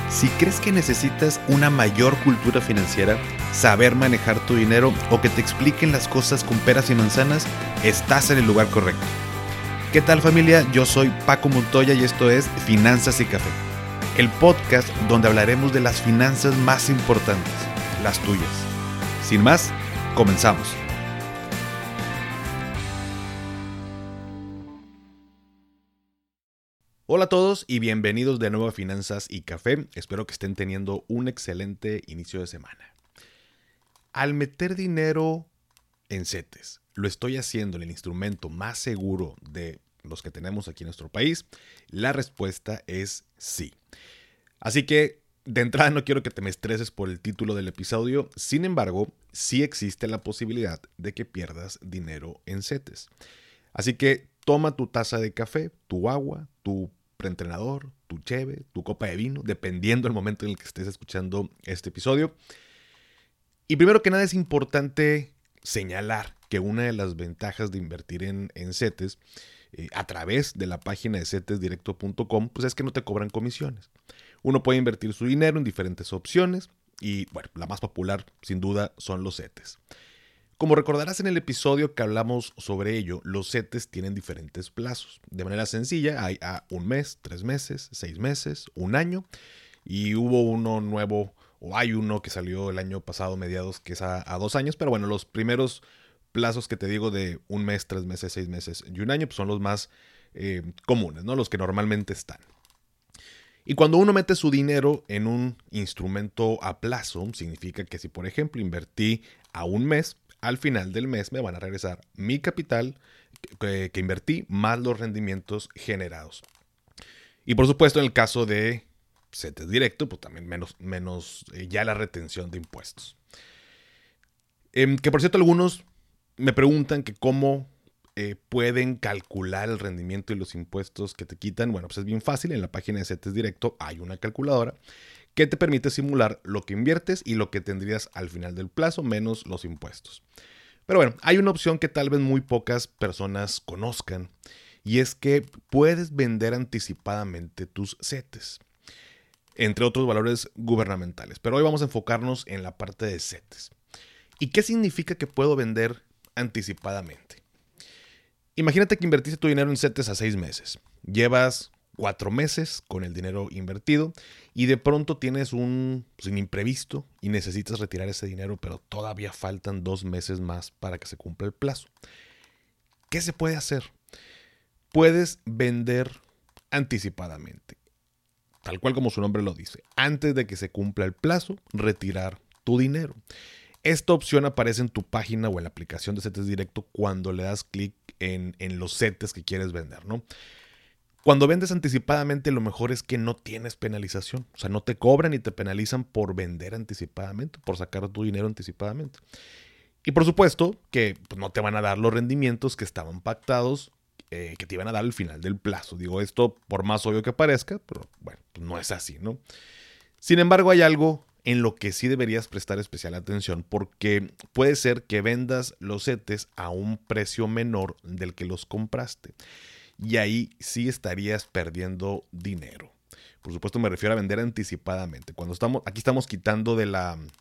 Si crees que necesitas una mayor cultura financiera, saber manejar tu dinero o que te expliquen las cosas con peras y manzanas, estás en el lugar correcto. ¿Qué tal, familia? Yo soy Paco Montoya y esto es Finanzas y Café, el podcast donde hablaremos de las finanzas más importantes, las tuyas. Sin más, comenzamos. Hola a todos y bienvenidos de nuevo a Finanzas y Café. Espero que estén teniendo un excelente inicio de semana. Al meter dinero en CETES, lo estoy haciendo en el instrumento más seguro de los que tenemos aquí en nuestro país. La respuesta es sí. Así que de entrada no quiero que te me estreses por el título del episodio. Sin embargo, sí existe la posibilidad de que pierdas dinero en CETES. Así que toma tu taza de café, tu agua, tu preentrenador, tu cheve, tu copa de vino, dependiendo del momento en el que estés escuchando este episodio. Y primero que nada es importante señalar que una de las ventajas de invertir en CETES a través de la página de cetesdirecto.com pues es que no te cobran comisiones. Uno puede invertir su dinero en diferentes opciones y bueno, la más popular sin duda son los CETES. Como recordarás en el episodio que hablamos sobre ello, los CETES tienen diferentes plazos. De manera sencilla, hay a 1 mes, 3 meses, 6 meses, 1 año. Y hubo uno nuevo, o hay uno que salió el año pasado, mediados, que es a 2 años. Pero bueno, los primeros plazos que te digo de 1 mes, 3 meses, 6 meses y 1 año pues son los más comunes, ¿no? Los que normalmente están. Y cuando uno mete su dinero en un instrumento a plazo, significa que si por ejemplo invertí a 1 mes, al final del mes me van a regresar mi capital que invertí más los rendimientos generados. Y por supuesto en el caso de CETES directo, pues también menos ya la retención de impuestos. Que por cierto algunos me preguntan que cómo pueden calcular el rendimiento y los impuestos que te quitan. Bueno, pues es bien fácil. En la página de CETES Directo hay una calculadora que te permite simular lo que inviertes y lo que tendrías al final del plazo menos los impuestos. Pero bueno, hay una opción que tal vez muy pocas personas conozcan y es que puedes vender anticipadamente tus CETES, entre otros valores gubernamentales. Pero hoy vamos a enfocarnos en la parte de CETES. ¿Y qué significa que puedo vender anticipadamente? Imagínate que invertiste tu dinero en CETES a 6 meses. Llevas 4 meses con el dinero invertido y de pronto tienes un imprevisto y necesitas retirar ese dinero, pero todavía faltan 2 meses más para que se cumpla el plazo. ¿Qué se puede hacer? Puedes vender anticipadamente, tal cual como su nombre lo dice. Antes de que se cumpla el plazo, retirar tu dinero. Esta opción aparece en tu página o en la aplicación de CETES Directo cuando le das clic en los CETES que quieres vender, ¿no? Cuando vendes anticipadamente, lo mejor es que no tienes penalización. O sea, no te cobran ni te penalizan por vender anticipadamente, por sacar tu dinero anticipadamente. Y por supuesto que pues, no te van a dar los rendimientos que estaban pactados, que te iban a dar al final del plazo. Digo esto por más obvio que parezca, pero bueno, pues no es así, ¿no? Sin embargo, hay algo en lo que sí deberías prestar especial atención, porque puede ser que vendas los CETES a un precio menor del que los compraste. Y ahí sí estarías perdiendo dinero. Por supuesto me refiero a vender anticipadamente. Aquí estamos quitando de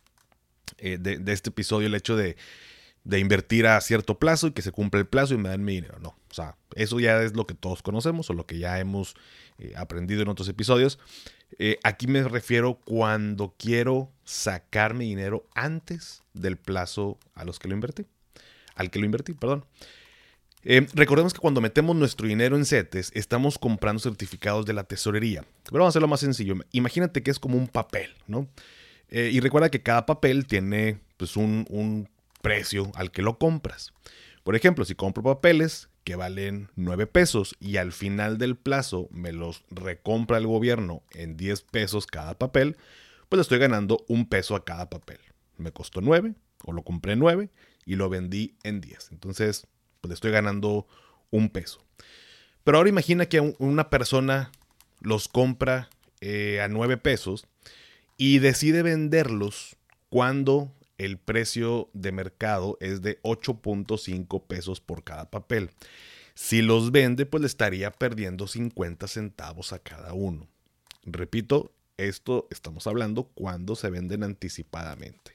este episodio el hecho de invertir a cierto plazo y que se cumpla el plazo y me dan mi dinero. No, o sea, eso ya es lo que todos conocemos o lo que ya hemos aprendido en otros episodios. Aquí me refiero cuando quiero sacar mi dinero antes del plazo al que lo invertí, perdón. Recordemos que cuando metemos nuestro dinero en CETES, estamos comprando certificados de la tesorería. Pero vamos a hacerlo más sencillo. Imagínate que es como un papel, ¿no? Y recuerda que cada papel tiene pues, un precio al que lo compras. Por ejemplo, si compro papeles que valen 9 pesos y al final del plazo me los recompra el gobierno en 10 pesos cada papel, pues le estoy ganando 1 peso a cada papel. Me costó 9 o lo compré en 9 y lo vendí en 10. Entonces, pues le estoy ganando 1 peso. Pero ahora imagina que una persona los compra a 9 pesos y decide venderlos cuando el precio de mercado es de 8.5 pesos por cada papel. Si los vende, pues le estaría perdiendo 50 centavos a cada uno. Repito, Esto estamos hablando cuando se venden anticipadamente.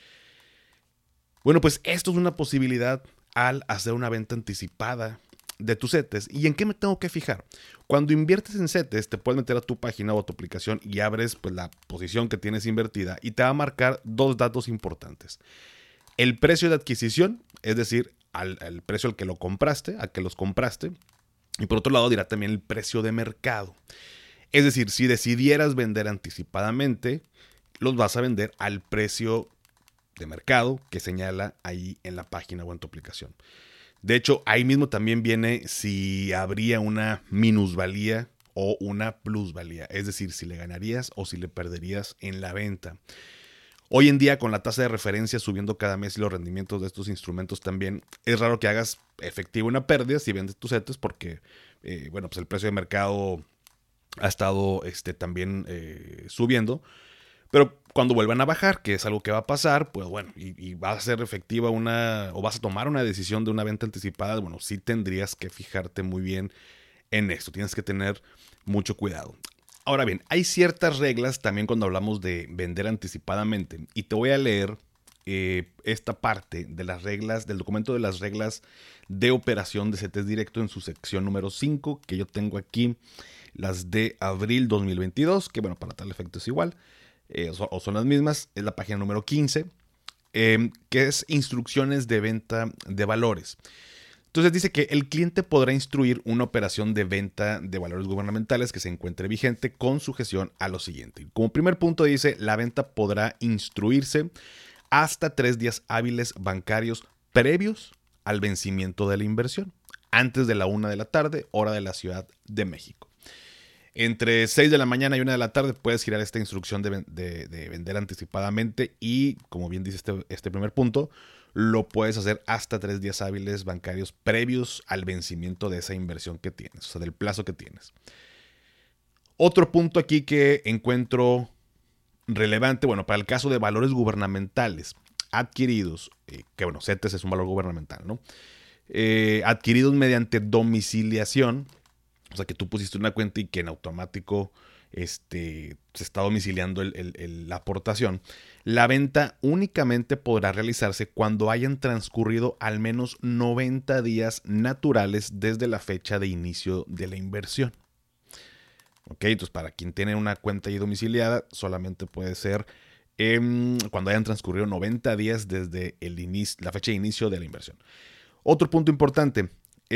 Bueno, pues esto es una posibilidad al hacer una venta anticipada de tus CETES. ¿Y en qué me tengo que fijar? Cuando inviertes en CETES, te puedes meter a tu página o a tu aplicación y abres pues, la posición que tienes invertida y te va a marcar dos datos importantes. El precio de adquisición, es decir, al precio al que lo compraste, al que los compraste. Y por otro lado dirá también el precio de mercado. Es decir, si decidieras vender anticipadamente, los vas a vender al precio de mercado que señala ahí en la página o en tu aplicación. De hecho, ahí mismo también viene si habría una minusvalía o una plusvalía. Es decir, si le ganarías o si le perderías en la venta. Hoy en día, con la tasa de referencia subiendo cada mes y los rendimientos de estos instrumentos también, es raro que hagas efectivo una pérdida si vendes tus CETES porque, pues el precio de mercado ha estado también subiendo. Pero cuando vuelvan a bajar, que es algo que va a pasar, pues bueno, y va a ser efectiva o vas a tomar una decisión de una venta anticipada, bueno, sí tendrías que fijarte muy bien en esto. Tienes que tener mucho cuidado. Ahora bien, hay ciertas reglas también cuando hablamos de vender anticipadamente. Y te voy a leer esta parte de las reglas, del documento de las reglas de operación de CETES Directo en su sección número 5, que yo tengo aquí, las de abril 2022, que bueno, para tal efecto es igual, o son las mismas, es la página número 15, que es instrucciones de venta de valores. Entonces dice que el cliente podrá instruir una operación de venta de valores gubernamentales que se encuentre vigente con sujeción a lo siguiente. Como primer punto dice, la venta podrá instruirse hasta 3 días hábiles bancarios previos al vencimiento de la inversión, antes de la 1 de la tarde, hora de la Ciudad de México. Entre 6 de la mañana y 1 de la tarde puedes girar esta instrucción de vender anticipadamente y, como bien dice este primer punto, lo puedes hacer hasta 3 días hábiles bancarios previos al vencimiento de esa inversión que tienes, o sea, del plazo que tienes. Otro punto aquí que encuentro relevante, bueno, para el caso de valores gubernamentales adquiridos, que bueno, CETES es un valor gubernamental, ¿no? Adquiridos mediante domiciliación, o sea, que tú pusiste una cuenta y que en automático se está domiciliando la aportación. La venta únicamente podrá realizarse cuando hayan transcurrido al menos 90 días naturales desde la fecha de inicio de la inversión. Ok, entonces para quien tiene una cuenta ahí domiciliada, solamente puede ser cuando hayan transcurrido 90 días desde la fecha de inicio de la inversión. Otro punto importante,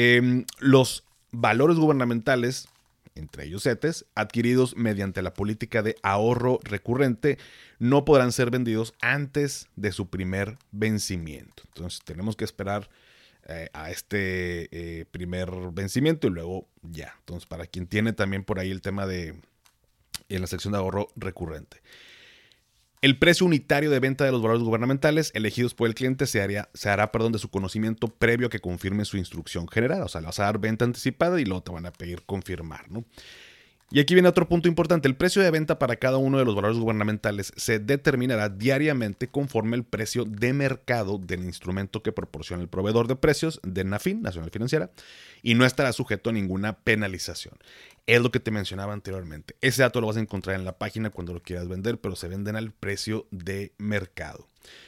los valores gubernamentales, entre ellos CETES, adquiridos mediante la política de ahorro recurrente, no podrán ser vendidos antes de su primer vencimiento. Entonces tenemos que esperar a este primer vencimiento y luego ya. Entonces para quien tiene también por ahí el tema en la sección de ahorro recurrente. El precio unitario de venta de los valores gubernamentales elegidos por el cliente se hará de su conocimiento previo a que confirme su instrucción generada. O sea, le vas a dar venta anticipada y luego te van a pedir confirmar, ¿no? Y aquí viene otro punto importante. El precio de venta para cada uno de los valores gubernamentales se determinará diariamente conforme el precio de mercado del instrumento que proporciona el proveedor de precios de NAFIN, Nacional Financiera, y no estará sujeto a ninguna penalización. Es lo que te mencionaba anteriormente. Ese dato lo vas a encontrar en la página cuando lo quieras vender, pero se venden al precio de mercado.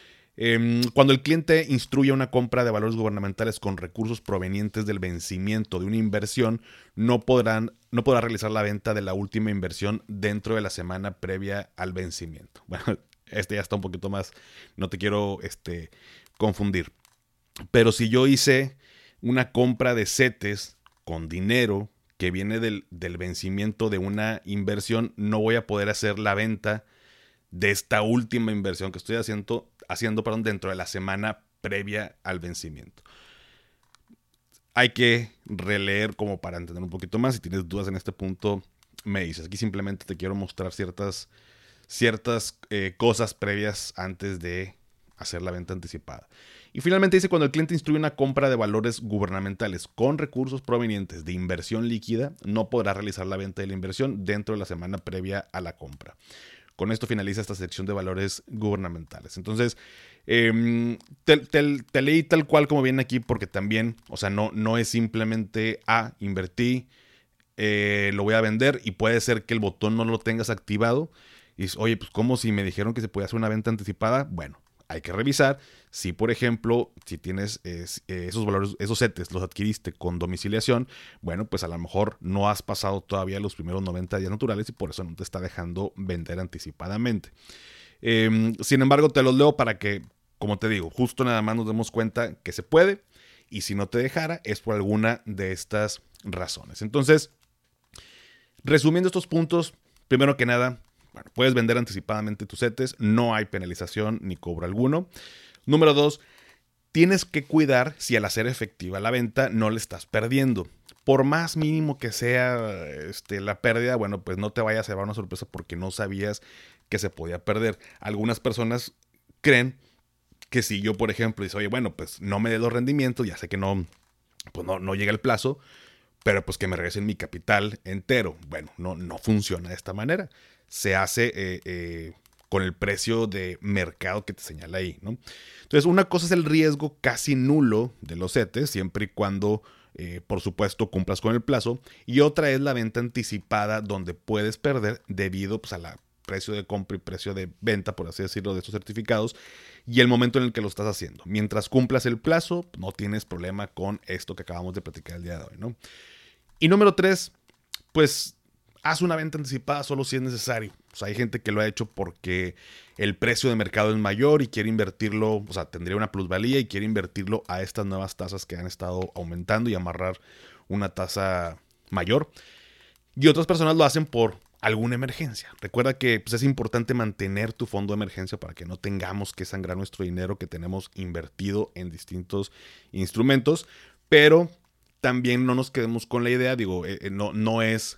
Cuando el cliente instruye una compra de valores gubernamentales con recursos provenientes del vencimiento de una inversión, no podrá realizar la venta de la última inversión dentro de la semana previa al vencimiento. Bueno, ya está un poquito más, no te quiero confundir. Pero si yo hice una compra de CETES con dinero que viene del vencimiento de una inversión, no voy a poder hacer la venta de esta última inversión que estoy haciendo dentro de la semana previa al vencimiento. Hay que releer como para entender un poquito más. Si tienes dudas en este punto, me dices. Aquí simplemente te quiero mostrar ciertas cosas previas antes de hacer la venta anticipada. Y finalmente dice, cuando el cliente instruye una compra de valores gubernamentales con recursos provenientes de inversión líquida, no podrá realizar la venta de la inversión dentro de la semana previa a la compra. Con esto finaliza esta sección de valores gubernamentales. Entonces, te leí tal cual como viene aquí porque también, o sea, no es simplemente invertí lo voy a vender y puede ser que el botón no lo tengas activado. Y dices, oye, pues ¿cómo si me dijeron que se podía hacer una venta anticipada? Bueno, hay que revisar si, por ejemplo, si tienes esos valores, esos CETES los adquiriste con domiciliación, bueno, pues a lo mejor no has pasado todavía los primeros 90 días naturales y por eso no te está dejando vender anticipadamente. Sin embargo, te los leo para que, como te digo, justo nada más nos demos cuenta que se puede, y si no te dejara es por alguna de estas razones. Entonces, resumiendo estos puntos, primero que nada, bueno, puedes vender anticipadamente tus CETES, no hay penalización ni cobro alguno. Número 2, tienes que cuidar si al hacer efectiva la venta no le estás perdiendo. Por más mínimo que sea la pérdida, bueno, pues no te vayas a llevar una sorpresa porque no sabías que se podía perder. Algunas personas creen que si yo, por ejemplo, dice, oye, bueno, pues no me dé los rendimientos, ya sé que no, pues no llega el plazo, pero pues que me regresen mi capital entero. Bueno, no funciona de esta manera. Se hace con el precio de mercado que te señala ahí, ¿no? Entonces, una cosa es el riesgo casi nulo de los CETES, siempre y cuando, por supuesto, cumplas con el plazo. Y otra es la venta anticipada, donde puedes perder debido pues, a la precio de compra y precio de venta, por así decirlo, de estos certificados y el momento en el que lo estás haciendo. Mientras cumplas el plazo, no tienes problema con esto que acabamos de platicar el día de hoy, ¿no? Y número 3, pues haz una venta anticipada solo si es necesario. O sea, hay gente que lo ha hecho porque el precio de mercado es mayor y quiere invertirlo, o sea, tendría una plusvalía y quiere invertirlo a estas nuevas tasas que han estado aumentando y amarrar una tasa mayor. Y otras personas lo hacen por alguna emergencia. Recuerda que pues, es importante mantener tu fondo de emergencia para que no tengamos que sangrar nuestro dinero que tenemos invertido en distintos instrumentos, pero también no nos quedemos con la idea, digo, no es,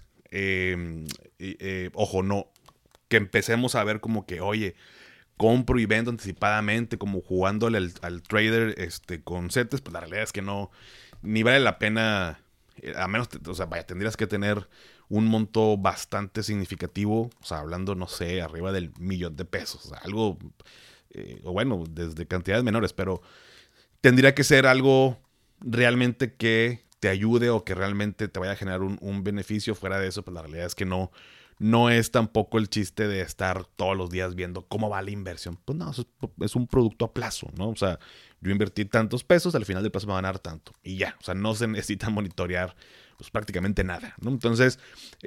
ojo, no, que empecemos a ver como que, oye, compro y vendo anticipadamente, como jugándole al trader con CETES, pues la realidad es que no, ni vale la pena, a menos, o sea, vaya, tendrías que tener un monto bastante significativo, o sea, hablando, no sé, arriba del $1,000,000, o sea, algo, o bueno, desde cantidades menores, pero tendría que ser algo realmente que te ayude o que realmente te vaya a generar un beneficio. Fuera de eso, pues la realidad es que no es tampoco el chiste de estar todos los días viendo cómo va la inversión. Pues no, es un producto a plazo, ¿no? O sea, yo invertí tantos pesos, al final del plazo me van a ganar tanto. Y ya, o sea, no se necesita monitorear pues prácticamente nada, ¿no? Entonces,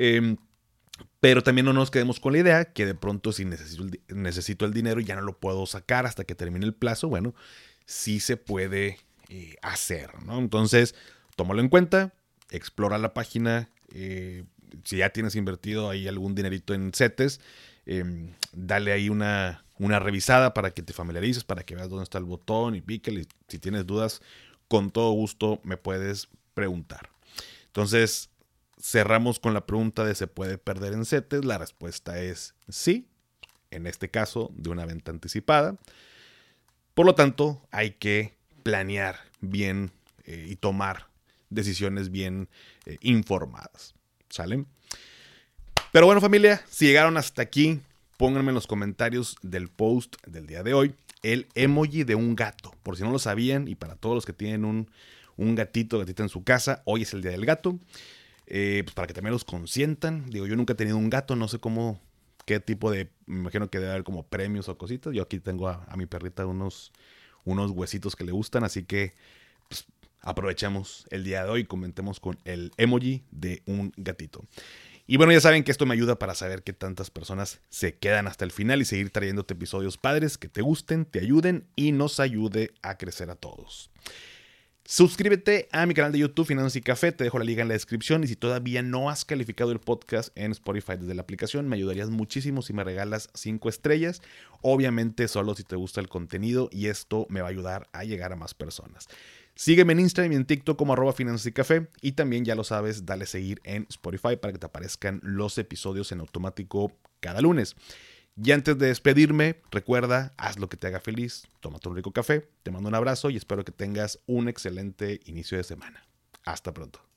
pero también no nos quedemos con la idea que de pronto si necesito el dinero y ya no lo puedo sacar hasta que termine el plazo, bueno, sí se puede hacer, ¿no? Entonces, tómalo en cuenta, explora la página, si ya tienes invertido ahí algún dinerito en CETES, dale ahí una revisada para que te familiarices, para que veas dónde está el botón y pícale. Si tienes dudas, con todo gusto me puedes preguntar. Entonces, cerramos con la pregunta de ¿se puede perder en CETES? La respuesta es sí, en este caso de una venta anticipada. Por lo tanto, hay que planear bien y tomar decisiones bien informadas. ¿Sale? Pero bueno, familia, si llegaron hasta aquí, pónganme en los comentarios del post del día de hoy el emoji de un gato. Por si no lo sabían, y para todos los que tienen un gatita en su casa, hoy es el día del gato. Pues para que también los consientan. Digo, yo nunca he tenido un gato, no sé qué tipo de, me imagino que debe haber como premios o cositas. Yo aquí tengo a mi perrita unos huesitos que le gustan, así que pues, aprovechemos el día de hoy y comentemos con el emoji de un gatito. Y bueno, ya saben que esto me ayuda para saber qué tantas personas se quedan hasta el final y seguir trayéndote episodios padres que te gusten, te ayuden y nos ayude a crecer a todos. Suscríbete a mi canal de YouTube Finanzas y Café, te dejo la liga en la descripción y si todavía no has calificado el podcast en Spotify desde la aplicación, me ayudarías muchísimo si me regalas 5 estrellas, obviamente solo si te gusta el contenido y esto me va a ayudar a llegar a más personas. Sígueme en Instagram y en TikTok como @Finanzas y Café y también ya lo sabes, dale seguir en Spotify para que te aparezcan los episodios en automático cada lunes. Y antes de despedirme, recuerda, haz lo que te haga feliz, tómate un rico café, te mando un abrazo y espero que tengas un excelente inicio de semana. Hasta pronto.